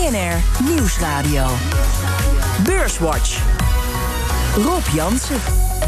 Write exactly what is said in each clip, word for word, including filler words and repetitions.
B N R Nieuwsradio. Beurswatch. Rob Jansen.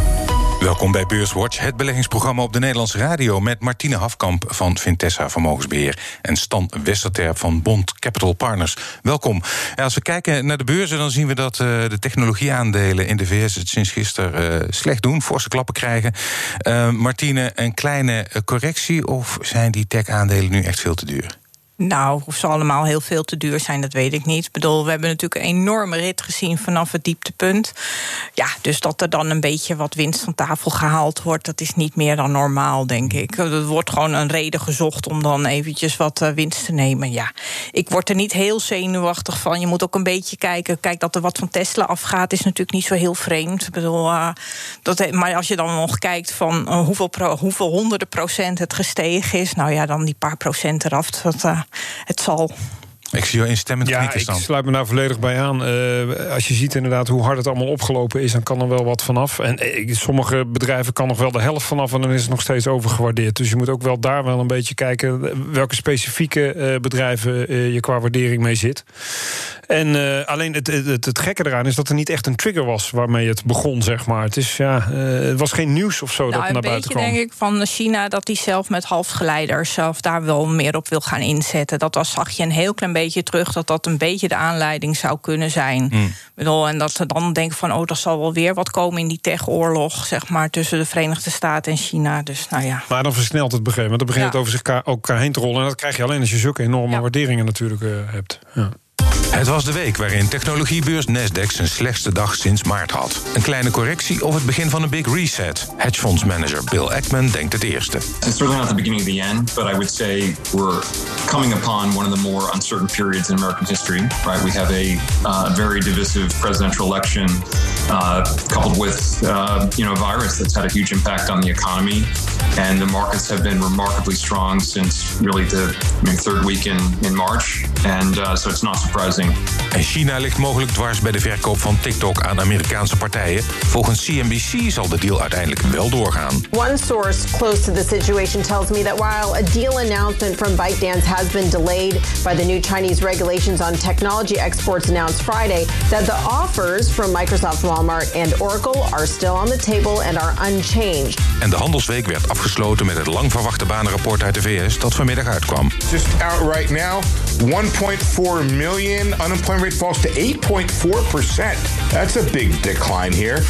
Welkom bij Beurswatch, het beleggingsprogramma op de Nederlandse radio met Martine Hafkamp van Vintessa Vermogensbeheer en Stan Westerterp van Bond Capital Partners. Welkom. Ja, als we kijken naar de beurzen, dan zien we dat uh, de technologieaandelen in de V S het sinds gisteren uh, slecht doen, forse klappen krijgen. Uh, Martine, een kleine correctie of zijn die tech-aandelen nu echt veel te duur? Nou, of ze allemaal heel veel te duur zijn, dat weet ik niet. Ik bedoel, we hebben natuurlijk een enorme rit gezien vanaf het dieptepunt. Ja, dus dat er dan een beetje wat winst van tafel gehaald wordt, dat is niet meer dan normaal, denk ik. Er wordt gewoon een reden gezocht om dan eventjes wat uh, winst te nemen. Ja, ik word er niet heel zenuwachtig van. Je moet ook een beetje kijken. Kijk, dat er wat van Tesla afgaat, is natuurlijk niet zo heel vreemd. Ik bedoel, uh, dat, maar als je dan nog kijkt van uh, hoeveel, pro, hoeveel honderden procent het gestegen is, nou ja, dan die paar procent eraf, dat uh, het zal. Ik zie jou instemmend knikken staan. Ja, ik sluit me daar volledig bij aan. Uh, als je ziet inderdaad hoe hard het allemaal opgelopen is, dan kan er wel wat vanaf. En uh, sommige bedrijven kan nog wel de helft vanaf en dan is het nog steeds overgewaardeerd. Dus je moet ook wel daar wel een beetje kijken welke specifieke uh, bedrijven uh, je qua waardering mee zit. En uh, alleen het, het, het gekke eraan is dat er niet echt een trigger was waarmee het begon, zeg maar. Het, is, ja, uh, het was geen nieuws of zo nou, dat naar buiten kwam. Een beetje denk ik van China dat die zelf met halfgeleiders of daar wel meer op wil gaan inzetten. Dat was, zag je een heel klein beetje terug dat dat een beetje de aanleiding zou kunnen zijn. Hmm. Ik bedoel, en dat ze dan denken van, oh, er zal wel weer wat komen in die tech-oorlog, zeg maar, tussen de Verenigde Staten en China. Dus, nou ja. Maar dan versnelt het begin, want dan begint ja. het over zich elkaar, elkaar heen te rollen. En dat krijg je alleen als je zulke enorme ja. waarderingen natuurlijk uh, hebt. Ja. Het was de week waarin technologiebeurs Nasdaq zijn slechtste dag sinds maart had. Een kleine correctie of het begin van een big reset? Hedgefondsmanager Bill Ackman denkt het eerste. It's certainly not the beginning of the end, but I would say we're coming upon one of the more uncertain periods in American history. Right, we have a uh, very divisive presidential election, uh, coupled with uh, you know a virus that's had a huge impact on the economy, and the markets have been remarkably strong since really the I mean, third week in in March, and uh, so it's not surprising. En China ligt mogelijk dwars bij de verkoop van TikTok aan Amerikaanse partijen. Volgens C N B C zal de deal uiteindelijk wel doorgaan. One source close to the situation tells me that while a deal announcement from ByteDance has been delayed by the new Chinese regulations on technology exports announced Friday, that the offers from Microsoft, Walmart and Oracle are still on the table and are unchanged. En de handelsweek werd afgesloten met het lang verwachte banenrapport uit de V S dat vanmiddag uitkwam. Just out right now, one point four million. Unemployment rate falls to eight point four percent. That's a big decline here.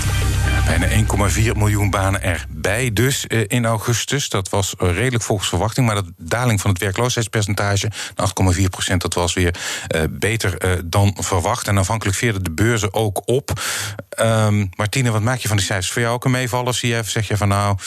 Bijna één komma vier miljoen banen erbij dus uh, in augustus. Dat was uh, redelijk volgens verwachting. Maar de daling van het werkloosheidspercentage, acht komma vier procent, dat was weer uh, beter uh, dan verwacht. En aanvankelijk veerden de beurzen ook op. Um, Martine, wat maak je van die cijfers? Voor jou ook een meevaller? Zie je, zeg je van nou...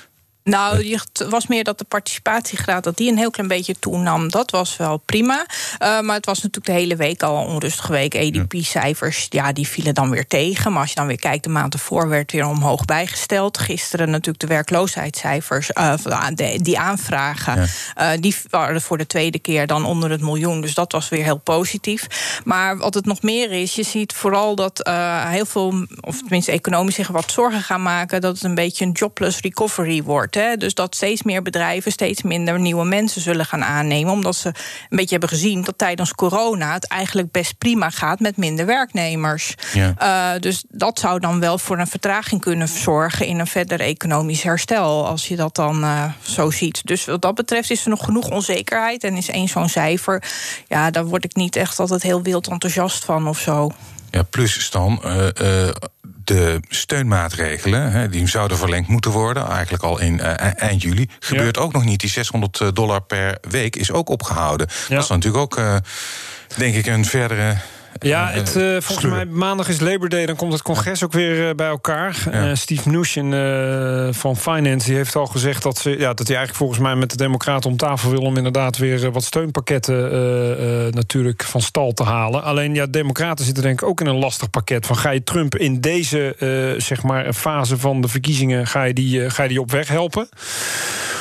Nou, het was meer dat de participatiegraad dat die een heel klein beetje toenam. Dat was wel prima. Uh, maar het was natuurlijk de hele week al een onrustige week. A D P-cijfers, ja, die vielen dan weer tegen. Maar als je dan weer kijkt, de maand ervoor werd weer omhoog bijgesteld. Gisteren natuurlijk de werkloosheidscijfers, uh, die aanvragen, ja. uh, die waren voor de tweede keer dan onder het miljoen. Dus dat was weer heel positief. Maar wat het nog meer is, je ziet vooral dat uh, heel veel, of tenminste economisch zich wat zorgen gaan maken, dat het een beetje een jobless recovery wordt. Hè? Dus dat steeds meer bedrijven steeds minder nieuwe mensen zullen gaan aannemen, omdat ze een beetje hebben gezien dat tijdens corona het eigenlijk best prima gaat met minder werknemers. Ja. Uh, dus dat zou dan wel voor een vertraging kunnen zorgen in een verder economisch herstel, als je dat dan uh, zo ziet. Dus wat dat betreft is er nog genoeg onzekerheid en is één zo'n cijfer, ja, daar word ik niet echt altijd heel wild enthousiast van of zo. Ja, plus Stan, uh, uh, de steunmaatregelen, hè, die zouden verlengd moeten worden, eigenlijk al in uh, eind juli, gebeurt ja. ook nog niet. Die zeshonderd dollar per week is ook opgehouden. Ja. Dat is natuurlijk ook, uh, denk ik, een verdere... Ja, het, uh, volgens mij maandag is Labor Day, dan komt het congres ook weer uh, bij elkaar. Ja. Uh, Steve Mnuchin uh, van Finance die heeft al gezegd dat, ze, ja, dat hij eigenlijk volgens mij met de Democraten om tafel wil om inderdaad weer uh, wat steunpakketten uh, uh, natuurlijk van stal te halen. Alleen ja, Democraten zitten denk ik ook in een lastig pakket van ga je Trump in deze uh, zeg maar fase van de verkiezingen ga je die, uh, ga je die op weg helpen?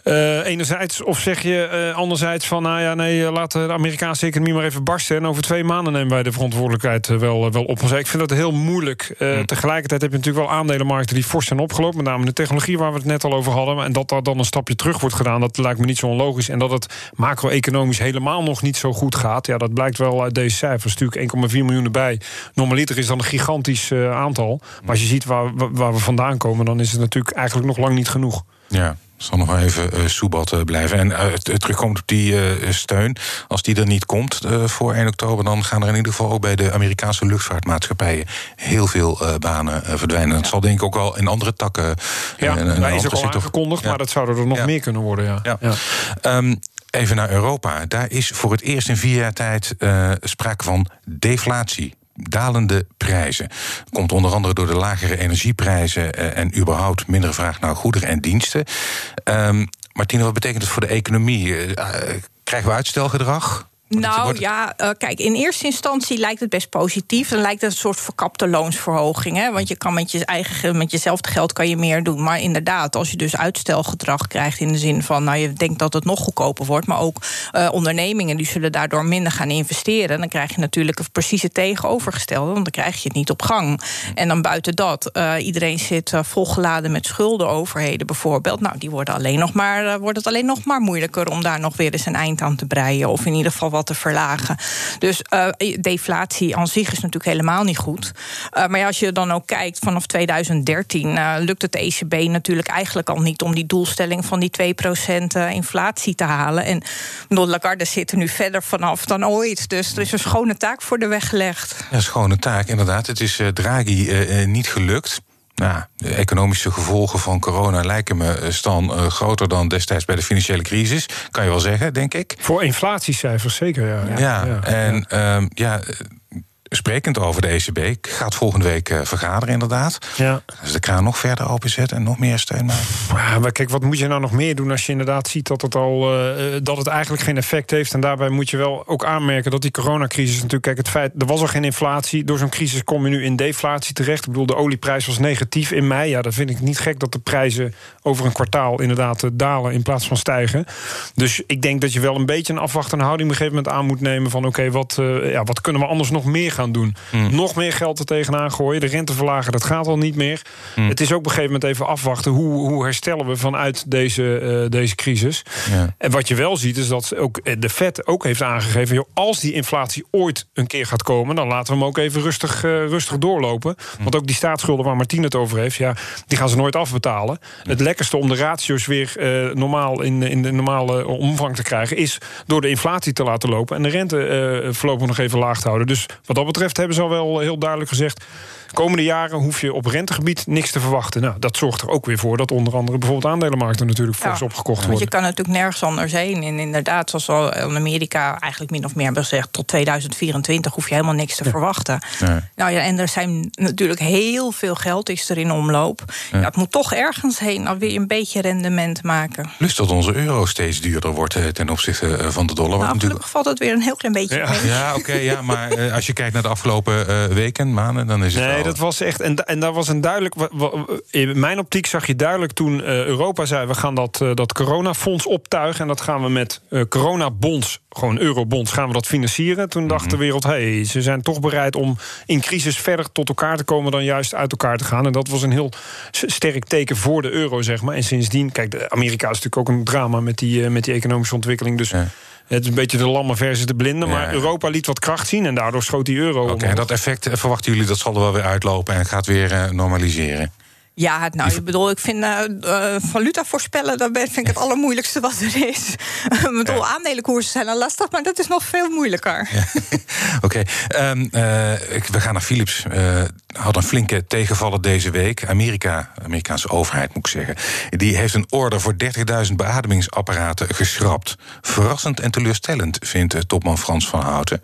Uh, enerzijds, of zeg je uh, anderzijds van... nou ja, nee, laat de Amerikaanse economie maar even barsten... en over twee maanden nemen wij de verantwoordelijkheid uh, wel, uh, wel op ons. Ik vind dat heel moeilijk. Uh, hmm. Tegelijkertijd heb je natuurlijk wel aandelenmarkten die fors zijn opgelopen... met name de technologie waar we het net al over hadden... en dat daar dan een stapje terug wordt gedaan, dat lijkt me niet zo onlogisch. En dat het macro-economisch helemaal nog niet zo goed gaat... ja, dat blijkt wel uit deze cijfers. Natuurlijk één komma vier miljoen erbij. Normaliter is dan een gigantisch uh, aantal. Maar als je ziet waar, waar we vandaan komen... dan is het natuurlijk eigenlijk nog lang niet genoeg. Ja. Zal nog wel even uh, soebat uh, blijven. En uh, terugkomt op die uh, steun. Als die er niet komt uh, voor één oktober... dan gaan er in ieder geval ook bij de Amerikaanse luchtvaartmaatschappijen... heel veel uh, banen uh, verdwijnen. Ja. Dat zal denk ik ook wel in andere takken... Ja, uh, dat is ook al aangekondigd, ja. Maar dat zouden er nog ja. meer kunnen worden. Ja. Ja. Ja. Um, even naar Europa. Daar is voor het eerst in vier jaar tijd uh, sprake van deflatie. Dalende prijzen. Komt onder andere door de lagere energieprijzen... Uh, en überhaupt mindere vraag naar goederen en diensten. Um, Martine, wat betekent het voor de economie? Uh, uh, krijgen we uitstelgedrag? Nou ja, uh, kijk, in eerste instantie lijkt het best positief. Dan lijkt het een soort verkapte loonsverhoging. Hè? Want je kan met je eigen, met jezelfde geld kan je meer doen. Maar inderdaad, als je dus uitstelgedrag krijgt... in de zin van, nou, je denkt dat het nog goedkoper wordt... maar ook uh, ondernemingen die zullen daardoor minder gaan investeren... dan krijg je natuurlijk een precies het tegenovergestelde... want dan krijg je het niet op gang. En dan buiten dat, uh, iedereen zit uh, volgeladen met schulden, overheden bijvoorbeeld. Nou, die worden alleen nog maar, uh, wordt het alleen nog maar moeilijker... om daar nog weer eens een eind aan te breien... of in ieder geval wat te verlagen. Dus uh, deflatie aan zich is natuurlijk helemaal niet goed. Uh, maar ja, als je dan ook kijkt, vanaf tweeduizend dertien... Uh, lukt het de E C B natuurlijk eigenlijk al niet... om die doelstelling van die twee procent uh, inflatie te halen. En bedoel, Lagarde zit er nu verder vanaf dan ooit. Dus er is een schone taak voor de weg gelegd. Ja, schone taak, inderdaad. Het is uh, Draghi uh, niet gelukt. Nou, de economische gevolgen van corona lijken me Stan uh, groter dan destijds bij de financiële crisis. Kan je wel zeggen, denk ik. Voor inflatiecijfers zeker, ja. Ja, ja, ja en ja. Um, ja, sprekend over de E C B, gaat volgende week uh, vergaderen inderdaad. Ja. Dus de kraan nog verder openzetten en nog meer steun maken. Ja, maar kijk, wat moet je nou nog meer doen als je inderdaad ziet dat het al uh, dat het eigenlijk geen effect heeft. En daarbij moet je wel ook aanmerken dat die coronacrisis natuurlijk, kijk, het feit, er was al geen inflatie. Door zo'n crisis kom je nu in deflatie terecht. Ik bedoel, de olieprijs was negatief in mei. Ja, dan vind ik niet gek dat de prijzen over een kwartaal inderdaad dalen in plaats van stijgen. Dus ik denk dat je wel een beetje een afwachtende houding op een gegeven moment aan moet nemen van oké, okay, wat, uh, ja, wat kunnen we anders nog meer gaan doen? Hmm. Nog meer geld er tegenaan gooien, de rente verlagen, dat gaat al niet meer. Hmm. Het is ook op een gegeven moment even afwachten, hoe, hoe herstellen we vanuit deze, uh, deze crisis? Ja. En wat je wel ziet is dat ook de Fed ook heeft aangegeven, joh, als die inflatie ooit een keer gaat komen, dan laten we hem ook even rustig, uh, rustig doorlopen. Hmm. Want ook die staatsschulden waar Martine het over heeft, ja, die gaan ze nooit afbetalen. Hmm. Het lekkerste om de ratio's weer uh, normaal in, in de normale omvang te krijgen is door de inflatie te laten lopen en de rente uh, voorlopig nog even laag te houden. Dus wat dat betreft hebben ze al wel heel duidelijk gezegd, komende jaren hoef je op rentegebied niks te verwachten. Nou, dat zorgt er ook weer voor dat onder andere bijvoorbeeld aandelenmarkten natuurlijk fors ja, opgekocht worden. Want je kan natuurlijk nergens anders heen. En inderdaad, zoals we in Amerika eigenlijk min of meer hebben gezegd, tot tweeduizend vierentwintig hoef je helemaal niks te ja. verwachten. Nee. Nou ja, en er zijn natuurlijk heel veel geld is er in omloop. Ja. Ja, het moet toch ergens heen alweer een beetje rendement maken. Plus dat onze euro steeds duurder wordt ten opzichte van de dollar. Nou, natuurlijk gelukkig valt het weer een heel klein beetje ja. mee. Ja, oké, okay, ja, maar uh, als je kijkt naar de afgelopen uh, weken, maanden, dan is het nee, wel... dat was echt, en, en daar was een duidelijk, in mijn optiek zag je duidelijk toen uh, Europa zei, we gaan dat, uh, dat coronafonds optuigen en dat gaan we met uh, coronabonds, gewoon eurobonds, gaan we dat financieren. Toen dacht mm-hmm. de wereld, hey, ze zijn toch bereid om in crisis verder tot elkaar te komen dan juist uit elkaar te gaan. En dat was een heel sterk teken voor de euro, zeg maar. En sindsdien, kijk, Amerika is natuurlijk ook een drama met die, uh, met die economische ontwikkeling, dus... Ja. Het is een beetje de lamme versus de blinde, maar ja. Europa liet wat kracht zien en daardoor schoot die euro. Oké, okay, en dat effect verwachten jullie, dat zal er wel weer uitlopen en gaat weer uh, normaliseren? Ja, nou, ik bedoel, ik vind uh, uh, valuta voorspellen, dat vind ik het allermoeilijkste wat er is. Ik bedoel, ja. aandelenkoersen zijn al lastig, maar dat is nog veel moeilijker. Ja. Oké, okay. um, uh, we gaan naar Philips. Uh, had een flinke tegenvaller deze week. Amerika, de Amerikaanse overheid moet ik zeggen, die heeft een order voor dertigduizend beademingsapparaten geschrapt. Verrassend en teleurstellend, vindt topman Frans van Houten.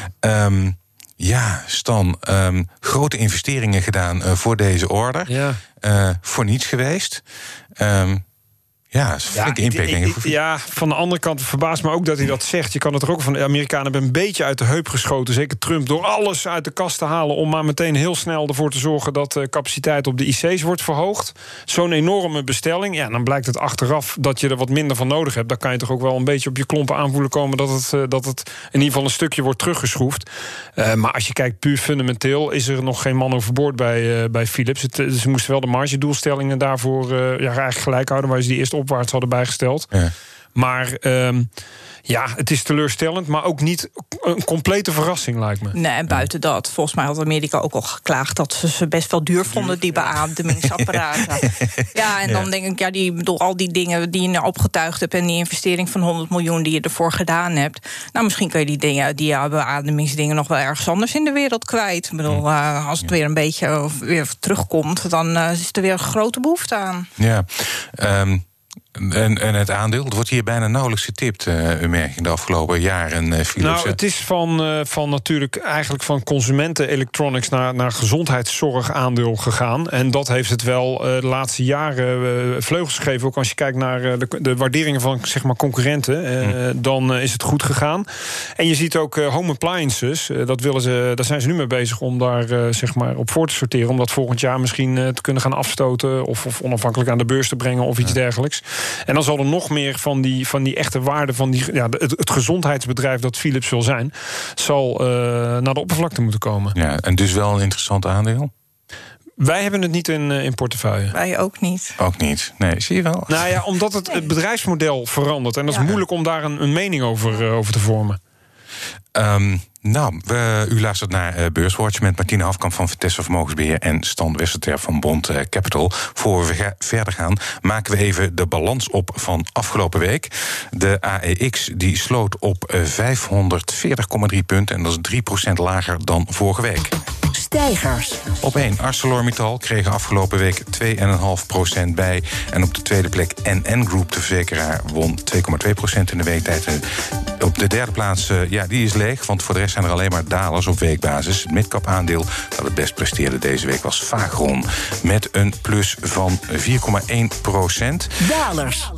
Um, Ja, Stan, um, grote investeringen gedaan uh, voor deze order. Ja. Uh, voor niets geweest. Um, Ja, dat is een flinke ja, impact, denk ik. Ja, van de andere kant verbaast me ook dat hij dat zegt. Je kan het er ook van. De Amerikanen hebben een beetje uit de heup geschoten. Zeker Trump, door alles uit de kast te halen om maar meteen heel snel ervoor te zorgen dat de capaciteit op de I C's wordt verhoogd. Zo'n enorme bestelling. Ja, dan blijkt het achteraf dat je er wat minder van nodig hebt. Dan kan je toch ook wel een beetje op je klompen aanvoelen komen dat het, dat het in ieder geval een stukje wordt teruggeschroefd. Uh, maar als je kijkt puur fundamenteel, is er nog geen man overboord bij, uh, bij Philips. Het, ze moesten wel de margedoelstellingen daarvoor uh, ja, eigenlijk gelijk houden, waar ze die eerst opwaarts hadden bijgesteld. Ja. Maar um, ja, het is teleurstellend, maar ook niet een complete verrassing, lijkt me. Nee, en buiten dat. Volgens mij had Amerika ook al geklaagd dat ze ze best wel duur vonden, die beademingsapparaten. Ja, en dan ja. denk ik, ja, die, bedoel, al die dingen die je nou opgetuigd hebt en die investering van honderd miljoen die je ervoor gedaan hebt. Nou, misschien kun je die dingen, die beademingsdingen nog wel ergens anders in de wereld kwijt. Ik bedoel, uh, als het weer een beetje weer terugkomt, dan uh, is er weer een grote behoefte aan. Ja, um En, en het aandeel, het wordt hier bijna nauwelijks getipt, uh, u merkt in de afgelopen jaren, uh, Philips. Nou, het is van, uh, van natuurlijk eigenlijk van consumenten-electronics naar, naar gezondheidszorg aandeel gegaan. En dat heeft het wel uh, de laatste jaren uh, vleugels gegeven. Ook als je kijkt naar uh, de, de waarderingen van zeg maar concurrenten, uh, hm. dan uh, is het goed gegaan. En je ziet ook uh, home appliances, uh, dat willen ze, daar zijn ze nu mee bezig om daar uh, zeg maar op voor te sorteren. Om dat volgend jaar misschien uh, te kunnen gaan afstoten of, of onafhankelijk aan de beurs te brengen of iets ja. dergelijks. En dan zal er nog meer van die, van die echte waarde van die, ja, het, het gezondheidsbedrijf dat Philips wil zijn, zal uh, naar de oppervlakte moeten komen. Ja, en dus wel een interessant aandeel? Wij hebben het niet in, in portefeuille. Wij ook niet. Ook niet. Nee, zie je wel. Nou ja, omdat het, het bedrijfsmodel verandert. En dat is ja. moeilijk om daar een, een mening over, uh, over te vormen. Um, nou, we, u luistert naar uh, Beurswatch met Martine Hafkamp van Vitesse Vermogensbeheer en Stan Westerterp van Bond uh, Capital. Voor we ga, verder gaan, maken we even de balans op van afgelopen week. De A E X die sloot op uh, vijfhonderdveertig komma drie punten en dat is drie procent lager dan vorige week. Stijgers. Op één, ArcelorMittal kregen afgelopen week twee komma vijf procent bij. En op de tweede plek N N Group, de verzekeraar, won twee komma twee procent in de weektijd. En op de derde plaats, uh, ja, die is leeg, want voor de rest zijn er alleen maar dalers op weekbasis. Het midcap aandeel dat het best presteerde deze week was Fagron, met een plus van vier komma één procent. Dalers.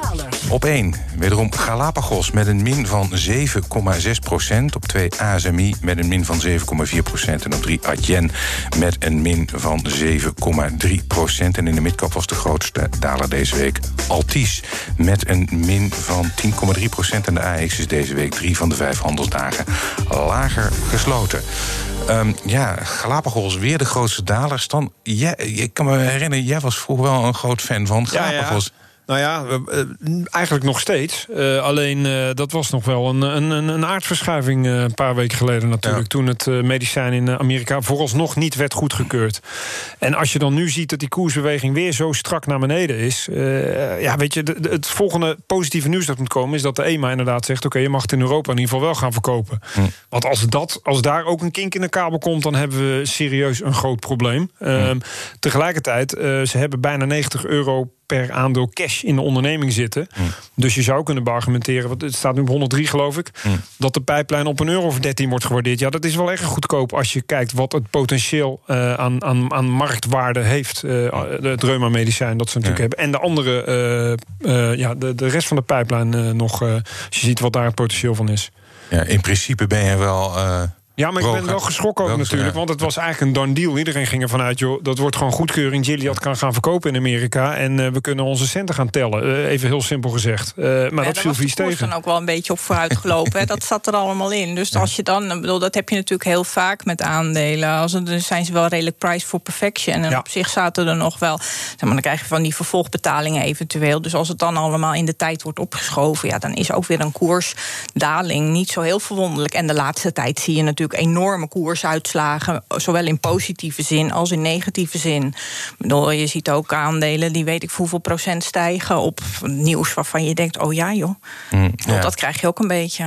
Op één, wederom Galapagos met een min van zeven komma zes procent. Op twee A S M I met een min van zeven komma vier procent. En op drie Adyen met een min van zeven komma drie procent. En in de midcap was de grootste daler deze week Altis met een min van tien komma drie procent. En de A X is deze week drie van de vijf handelsdagen lager gesloten. Um, ja, Galapagos weer de grootste daler. Stan, jij, ik kan me herinneren, jij was vroeger wel een groot fan van Galapagos. Ja, ja. Nou ja, uh, eigenlijk nog steeds. Uh, alleen uh, dat was nog wel een, een, een aardverschuiving uh, een paar weken geleden natuurlijk. Ja. Toen het uh, medicijn in Amerika vooralsnog niet werd goedgekeurd. En als je dan nu ziet dat die koersbeweging weer zo strak naar beneden is. Uh, ja, weet je, de, de, het volgende positieve nieuws dat moet komen is dat de E M A inderdaad zegt, oké, okay, je mag het in Europa in ieder geval wel gaan verkopen. Hm. Want als, dat, als daar ook een kink in de kabel komt, dan hebben we serieus een groot probleem. Hm. Uh, tegelijkertijd, uh, ze hebben bijna negentig euro per aandeel cash in de onderneming zitten. Mm. Dus je zou kunnen beargumenteren, want het staat nu op honderddrie geloof ik, mm. dat de pijplijn op een euro of dertien wordt gewaardeerd. Ja, dat is wel erg goedkoop als je kijkt wat het potentieel uh, aan, aan, aan marktwaarde heeft. Uh, het reuma-medicijn dat ze natuurlijk ja. hebben. En de andere, uh, uh, ja, de, de rest van de pijplijn uh, nog, uh, als je ziet wat daar het potentieel van is. Ja, in principe ben je wel... Uh... Ja, maar ik ben wel geschrokken ook natuurlijk, want het was eigenlijk een done deal. Iedereen ging ervan uit, joh, dat wordt gewoon goedkeuring. Gilead kan gaan verkopen in Amerika en uh, we kunnen onze centen gaan tellen. Uh, even heel simpel gezegd. Uh, maar ja, dat viel vies tegen. Daar was dan ook wel een beetje op vooruit gelopen. Dat zat er allemaal in. Dus ja. als je dan, bedoel, dat heb je natuurlijk heel vaak met aandelen. Als het, dan zijn ze wel redelijk price for perfection. En ja. op zich zaten er nog wel, zeg maar, dan krijg je van die vervolgbetalingen eventueel. Dus als het dan allemaal in de tijd wordt opgeschoven, ja, dan is ook weer een koersdaling niet zo heel verwonderlijk. En de laatste tijd zie je natuurlijk enorme koers uitslagen, zowel in positieve zin als in negatieve zin. Ik bedoel, je ziet ook aandelen die weet ik hoeveel procent stijgen op nieuws waarvan je denkt, oh ja joh, mm, ja. dat krijg je ook een beetje. Ja.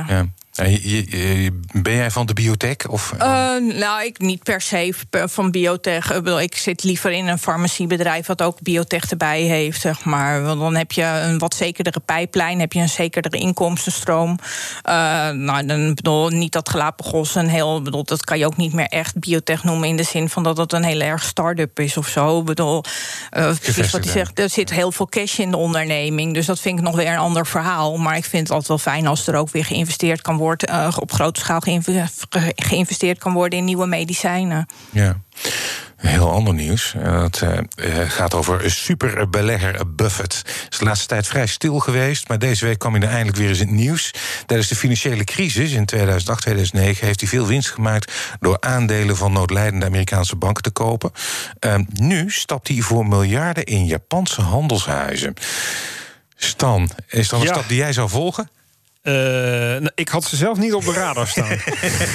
Ben jij van de biotech? Of? Uh, nou, ik niet per se van biotech. Ik zit liever in een farmaciebedrijf wat ook biotech erbij heeft, zeg maar. Want dan heb je een wat zekerdere pijplijn, heb je een zekerdere inkomstenstroom. Uh, nou, dan bedoel niet dat Galapagos een heel, bedoel, dat kan je ook niet meer echt biotech noemen in de zin van dat het een heel erg start-up is of zo. Ik bedoel, uh, precies wat hij zegt, er zit heel veel cash in de onderneming, dus dat vind ik nog weer een ander verhaal. Maar ik vind het altijd wel fijn als er ook weer geïnvesteerd kan worden. Wordt, uh, op grote schaal geïnvesteerd kan worden in nieuwe medicijnen. Ja. Heel ander nieuws. Het uh, gaat over superbelegger Buffett. Het is de laatste tijd vrij stil geweest, maar deze week kwam hij er eindelijk weer eens in het nieuws. Tijdens de financiële crisis in tweeduizend acht, tweeduizend negen heeft hij veel winst gemaakt door aandelen van noodlijdende Amerikaanse banken te kopen. Uh, nu stapt hij voor miljarden in Japanse handelshuizen. Stan, is dat een ja. stap die jij zou volgen? Uh, nou, ik had ze zelf niet op de radar staan. nou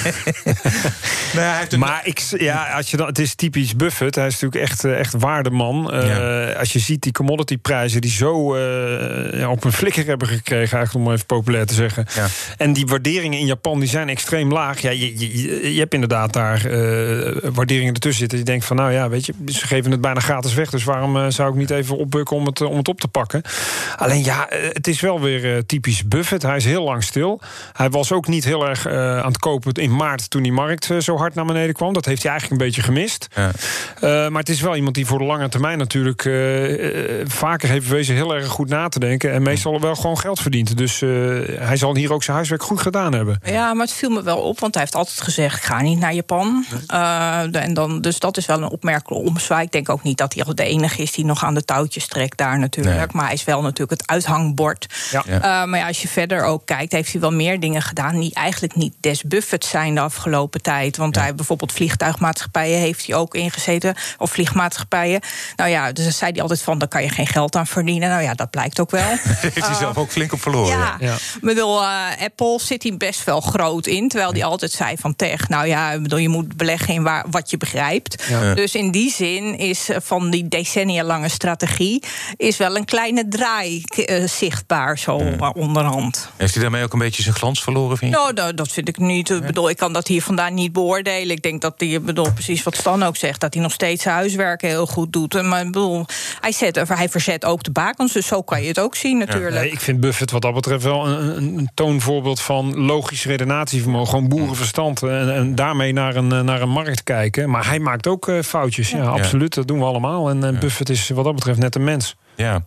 ja, hij heeft een... Maar ik, ja, als je dan, het is typisch Buffett. Hij is natuurlijk echt, echt waardeman. Uh, ja. Als je ziet die commodityprijzen die zo uh, ja, op een flikker hebben gekregen, eigenlijk om maar even populair te zeggen. Ja. En die waarderingen in Japan die zijn extreem laag. Ja, je, je, je hebt inderdaad daar uh, waarderingen ertussen zitten. Je denkt van, nou ja, weet je, ze geven het bijna gratis weg. Dus waarom uh, zou ik niet even opbukken om het, om het op te pakken? Alleen ja, uh, het is wel weer uh, typisch Buffett. Hij is heel lang stil. Hij was ook niet heel erg uh, aan het kopen in maart toen die markt uh, zo hard naar beneden kwam. Dat heeft hij eigenlijk een beetje gemist. Ja. Uh, maar het is wel iemand die voor de lange termijn natuurlijk uh, uh, vaker heeft bewezen heel erg goed na te denken en meestal wel gewoon geld verdient. Dus uh, hij zal hier ook zijn huiswerk goed gedaan hebben. Ja, maar het viel me wel op, want hij heeft altijd gezegd, ik ga niet naar Japan. Uh, en dan, dus dat is wel een opmerkelijke omzwaai. Ik denk ook niet dat hij al de enige is die nog aan de touwtjes trekt daar natuurlijk. Nee. Maar hij is wel natuurlijk het uithangbord. Ja. Uh, maar ja, als je verder ook kijkt, heeft hij wel meer dingen gedaan die eigenlijk niet des Buffett zijn de afgelopen tijd. Want ja. hij bijvoorbeeld vliegtuigmaatschappijen heeft hij ook ingezeten, of vliegmaatschappijen. Nou ja, dus dan zei hij altijd van, daar kan je geen geld aan verdienen. Nou ja, dat blijkt ook wel. heeft hij uh, zelf ook flink op verloren. Ja, ja. bedoel, uh, Apple zit hij best wel groot in, terwijl hij altijd zei van tech, nou ja, bedoel, je moet beleggen in waar, wat je begrijpt. Ja. Dus in die zin is van die decennia lange strategie is wel een kleine draai uh, zichtbaar zo ja. onderhand. Heeft hij daarmee ook een beetje zijn glans verloren, vind je? Nou, nou dat vind ik niet. Ik bedoel, ik kan dat hier vandaan niet beoordelen. Ik denk dat hij, bedoel, precies wat Stan ook zegt, dat hij nog steeds zijn huiswerk heel goed doet. Maar ik bedoel, hij, zet, hij verzet ook de bakens, dus zo kan je het ook zien natuurlijk. Ja, nee, ik vind Buffett wat dat betreft wel een, een toonvoorbeeld van logisch redenatievermogen. Gewoon boerenverstand en, en daarmee naar een, naar een markt kijken. Maar hij maakt ook uh, foutjes. Ja, ja, absoluut, dat doen we allemaal. En, en ja. Buffett is wat dat betreft net een mens. Ja,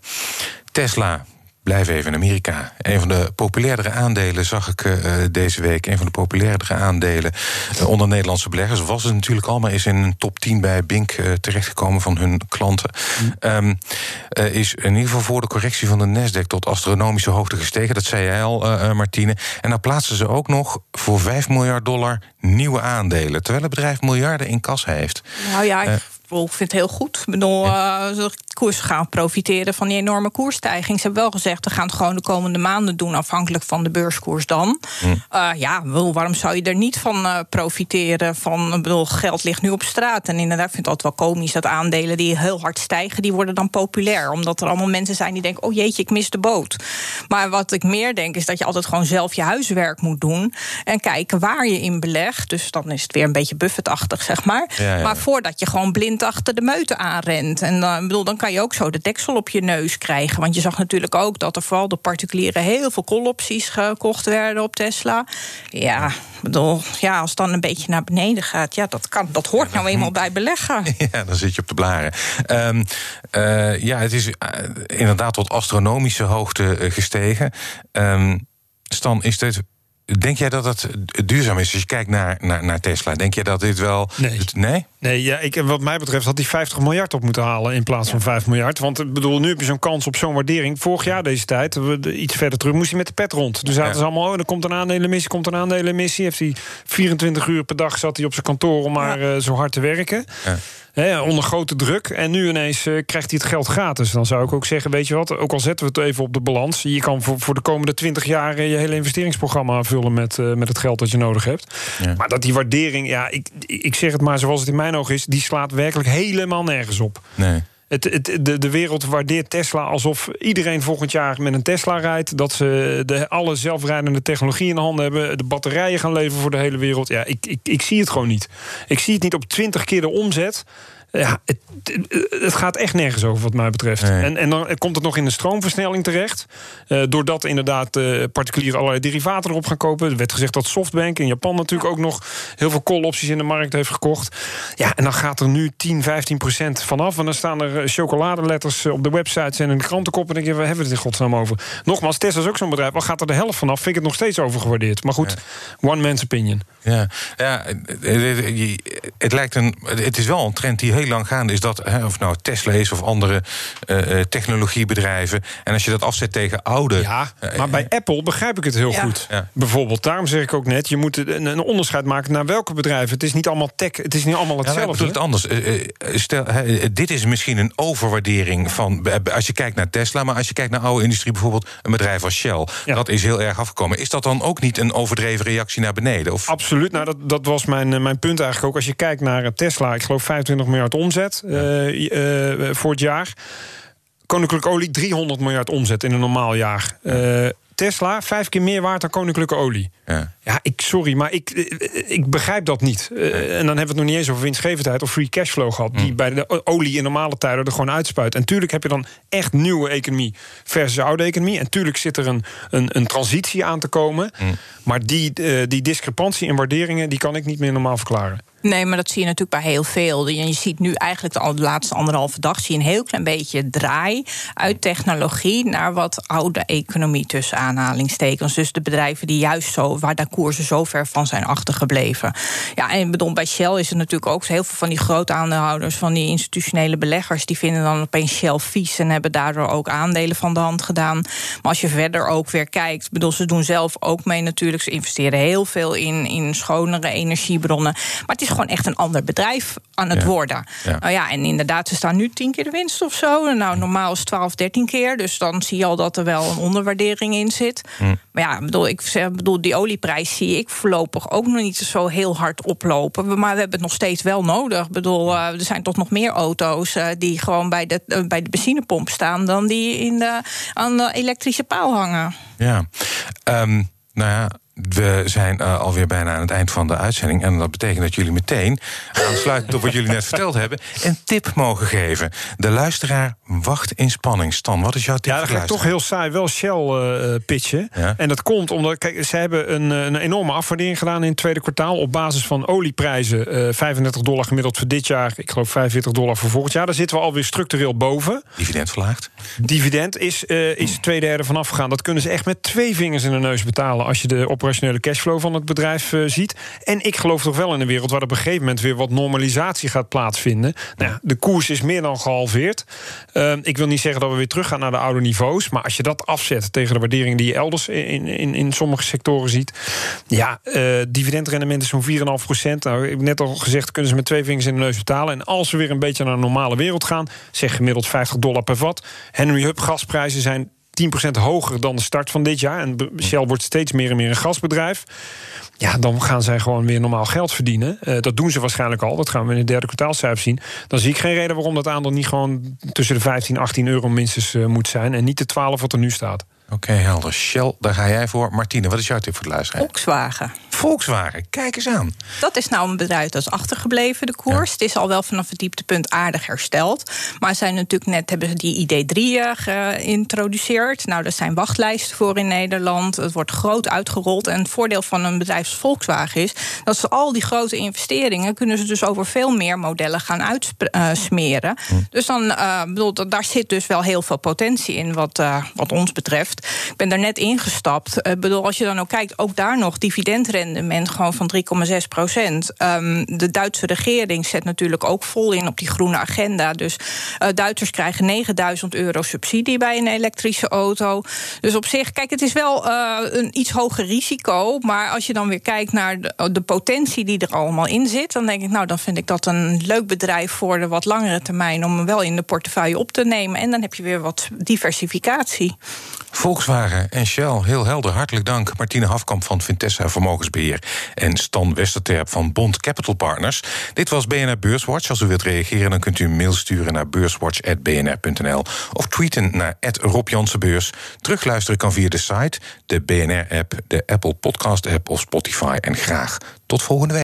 Tesla. Blijf even in Amerika. Een van de populairdere aandelen zag ik uh, deze week. Een van de populairdere aandelen uh, onder Nederlandse beleggers. Was het natuurlijk al, maar is in een top tien bij Bink uh, terechtgekomen van hun klanten. Mm. Um, uh, is in ieder geval voor de correctie van de Nasdaq tot astronomische hoogte gestegen. Dat zei jij al, uh, Martine. En nou plaatsen ze ook nog voor vijf miljard dollar nieuwe aandelen. Terwijl het bedrijf miljarden in kas heeft. Nou ja, uh, ik vind het heel goed. Ik bedoel, uh, de koers gaan profiteren van die enorme koersstijging. Ze hebben wel gezegd, we gaan het gewoon de komende maanden doen, afhankelijk van de beurskoers dan. Mm. Uh, ja, wel, waarom zou je er niet van uh, profiteren? Van, ik bedoel, geld ligt nu op straat. En inderdaad, ik vind het altijd wel komisch dat aandelen die heel hard stijgen, die worden dan populair. Omdat er allemaal mensen zijn die denken, oh jeetje, ik mis de boot. Maar wat ik meer denk, is dat je altijd gewoon zelf je huiswerk moet doen. En kijken waar je in belegt. Dus dan is het weer een beetje Buffett-achtig, zeg maar. Ja, ja. Maar voordat je gewoon blind achter de meute aanrent. En uh, bedoel, dan kan je ook zo de deksel op je neus krijgen. Want je zag natuurlijk ook dat er vooral door particulieren heel veel call-opties gekocht werden op Tesla. Ja, bedoel, ja, als het dan een beetje naar beneden gaat, ja, dat kan, dat hoort nou eenmaal bij beleggen. Ja, dan zit je op de blaren. Um, uh, ja, het is uh, inderdaad tot astronomische hoogte uh, gestegen. Um, Stan, is dit... Denk jij dat het duurzaam is als je kijkt naar, naar, naar Tesla? Denk jij dat dit wel... Nee. Nee? Nee, ja, ik, wat mij betreft had hij vijftig miljard op moeten halen in plaats van vijf miljard. Want ik bedoel, nu heb je zo'n kans op zo'n waardering. Vorig jaar deze tijd, iets verder terug, moest hij met de pet rond. Dus zaten ja. ze allemaal, oh, er komt een aandelenemissie, komt een aandelenemissie. Heeft hij vierentwintig uur per dag zat hij op zijn kantoor om maar ja. uh, zo hard te werken. Ja. He, onder grote druk. En nu ineens uh, krijgt hij het geld gratis. Dan zou ik ook zeggen, weet je wat, ook al zetten we het even op de balans. Je kan voor, voor de komende twintig jaar je hele investeringsprogramma vullen met, uh, met het geld dat je nodig hebt. Ja. Maar dat die waardering, ja, ik, ik zeg het maar zoals het in mijn ogen is, die slaat werkelijk helemaal nergens op. Nee. Het, het, de, de wereld waardeert Tesla alsof iedereen volgend jaar met een Tesla rijdt. Dat ze de, alle zelfrijdende technologie in de handen hebben. De batterijen gaan leveren voor de hele wereld. Ja, ik, ik, ik zie het gewoon niet. Ik zie het niet op twintig keer de omzet. Ja, het, het gaat echt nergens over wat mij betreft. Nee. En, en dan komt het nog in de stroomversnelling terecht. Uh, doordat inderdaad uh, particulieren allerlei derivaten erop gaan kopen. Er werd gezegd dat Softbank in Japan natuurlijk ook nog heel veel call-opties in de markt heeft gekocht. Ja, en dan gaat er nu tien, vijftien procent vanaf. En dan staan er chocoladeletters op de websites en in de krantenkoppen. En dan denk je, waar hebben we het in godsnaam over? Nogmaals, Tesla is ook zo'n bedrijf. Al gaat er de helft vanaf, vind ik het nog steeds overgewaardeerd. Maar goed, ja. One man's opinion. Ja, ja het, het lijkt een. Het is wel een trend die heel lang gaande is dat, hè, of nou Tesla is of andere uh, technologiebedrijven. En als je dat afzet tegen oude. Ja, maar uh, bij Apple begrijp ik het heel ja. goed. Ja. Bijvoorbeeld, daarom zeg ik ook net, je moet een, een onderscheid maken naar welke bedrijven. Het is niet allemaal tech, het is niet allemaal hetzelfde. Ja, ik bedoel het anders. Uh, stel, uh, dit is misschien een overwaardering van, uh, als je kijkt naar Tesla, maar als je kijkt naar oude industrie, bijvoorbeeld een bedrijf als Shell, ja. dat is heel erg afgekomen. Is dat dan ook niet een overdreven reactie naar beneden? Of? Absoluut. Nou, dat, dat was mijn, mijn punt eigenlijk ook. Als je kijkt naar Tesla, ik geloof vijfentwintig miljard omzet uh, uh, voor het jaar. Koninklijke Olie driehonderd miljard omzet in een normaal jaar. Uh, Tesla vijf keer meer waard dan Koninklijke Olie. Ja, ja ik, sorry, maar ik, ik begrijp dat niet. Uh, en dan hebben we het nog niet eens over winstgevendheid of free cashflow gehad, die mm. bij de olie in normale tijden er gewoon uitspuit. En tuurlijk heb je dan echt nieuwe economie versus oude economie. En tuurlijk zit er een, een, een transitie aan te komen. Mm. Maar die, uh, die discrepantie in waarderingen, die kan ik niet meer normaal verklaren. Nee, maar dat zie je natuurlijk bij heel veel. Je ziet nu eigenlijk de, de laatste anderhalve dag zie je een heel klein beetje draai uit technologie naar wat oude economie tussen aanhalingstekens. Dus de bedrijven die juist zo, waar de koersen zo ver van zijn achtergebleven. Ja, en bedoel, bij Shell is het natuurlijk ook heel veel van die grote aandeelhouders, van die institutionele beleggers, die vinden dan opeens Shell vies en hebben daardoor ook aandelen van de hand gedaan. Maar als je verder ook weer kijkt, bedoel, ze doen zelf ook mee natuurlijk. Ze investeren heel veel in, in schonere energiebronnen. Maar het is gewoon echt een ander bedrijf aan het ja. worden. Ja. Nou ja, en inderdaad, ze staan nu tien keer de winst of zo. Nou, normaal is het twaalf, dertien keer. Dus dan zie je al dat er wel een onderwaardering in zit. Mm. Maar ja, bedoel, ik bedoel, die olieprijs zie ik voorlopig ook nog niet zo heel hard oplopen. Maar we hebben het nog steeds wel nodig. Ik bedoel, uh, er zijn toch nog meer auto's uh, die gewoon bij de, uh, bij de benzinepomp staan dan die in de, aan de elektrische paal hangen. Ja, um, nou ja. We zijn uh, alweer bijna aan het eind van de uitzending. En dat betekent dat jullie meteen, aansluitend op wat jullie net verteld hebben, een tip mogen geven. De luisteraar wacht in spanning. Stan, wat is jouw tip? Ja, dan ga ik toch heel saai wel Shell uh, pitchen. Ja? En dat komt omdat, kijk, ze hebben een, een enorme afwaardering gedaan in het tweede kwartaal op basis van olieprijzen. Uh, vijfendertig dollar gemiddeld voor dit jaar. Ik geloof vijfenveertig dollar voor volgend jaar. Daar zitten we alweer structureel boven. Dividend verlaagd? Dividend is, uh, is twee derde vanaf gegaan. Dat kunnen ze echt met twee vingers in de neus betalen als je de operationele cashflow van het bedrijf uh, ziet. En ik geloof toch wel in een wereld waar op een gegeven moment weer wat normalisatie gaat plaatsvinden. Nou ja, de koers is meer dan gehalveerd. Uh, ik wil niet zeggen dat we weer teruggaan naar de oude niveaus, maar als je dat afzet tegen de waardering die je elders in, in, in sommige sectoren ziet. Ja, uh, dividendrendement is zo'n vier komma vijf procent. Nou, ik heb net al gezegd, kunnen ze met twee vingers in de neus betalen. En als we weer een beetje naar een normale wereld gaan, zeg gemiddeld vijftig dollar per vat. Henry Hub gasprijzen zijn tien procent hoger dan de start van dit jaar. En Shell wordt steeds meer en meer een gasbedrijf. Ja, dan gaan zij gewoon weer normaal geld verdienen. Uh, dat doen ze waarschijnlijk al. Dat gaan we in het derde kwartaalcijfer zien. Dan zie ik geen reden waarom dat aandeel niet gewoon tussen de vijftien, achttien euro minstens uh, moet zijn. En niet de twaalf wat er nu staat. Oké, okay, helder. Shell, daar ga jij voor. Martine, wat is jouw tip voor de luisteraar? Volkswagen. Volkswagen, kijk eens aan. Dat is nou een bedrijf dat is achtergebleven, de koers. Ja. Het is al wel vanaf het dieptepunt aardig hersteld. Maar zijn natuurlijk net hebben ze die I D drie uh, geïntroduceerd. Nou, er zijn wachtlijsten voor in Nederland. Het wordt groot uitgerold. En het voordeel van een bedrijf als Volkswagen is dat ze al die grote investeringen kunnen ze dus over veel meer modellen gaan uitsmeren. Hm. Dus dan, uh, bedoel, daar zit dus wel heel veel potentie in wat, uh, wat ons betreft. Ik ben daar net ingestapt. Ik uh, bedoel, als je dan ook kijkt, ook daar nog dividendrendement gewoon van drie komma zes procent. Um, de Duitse regering zet natuurlijk ook vol in op die groene agenda. Dus uh, Duitsers krijgen negenduizend euro subsidie bij een elektrische auto. Dus op zich, kijk, het is wel uh, een iets hoger risico. Maar als je dan weer kijkt naar de, de potentie die er allemaal in zit, dan denk ik, nou, dan vind ik dat een leuk bedrijf voor de wat langere termijn om hem wel in de portefeuille op te nemen. En dan heb je weer wat diversificatie. Volkswagen en Shell, heel helder. Hartelijk dank. Martine Hafkamp van Vintessa Vermogensbeheer. Vermogensbeheer en Stan Westerterp van Bond Capital Partners. Dit was B N R Beurswatch. Als u wilt reageren, dan kunt u een mail sturen naar beurswatch at b n r punt n l of tweeten naar at Rob Jansenbeurs. Terugluisteren kan via de site, de B N R-app, de Apple Podcast-app of Spotify. En graag tot volgende week.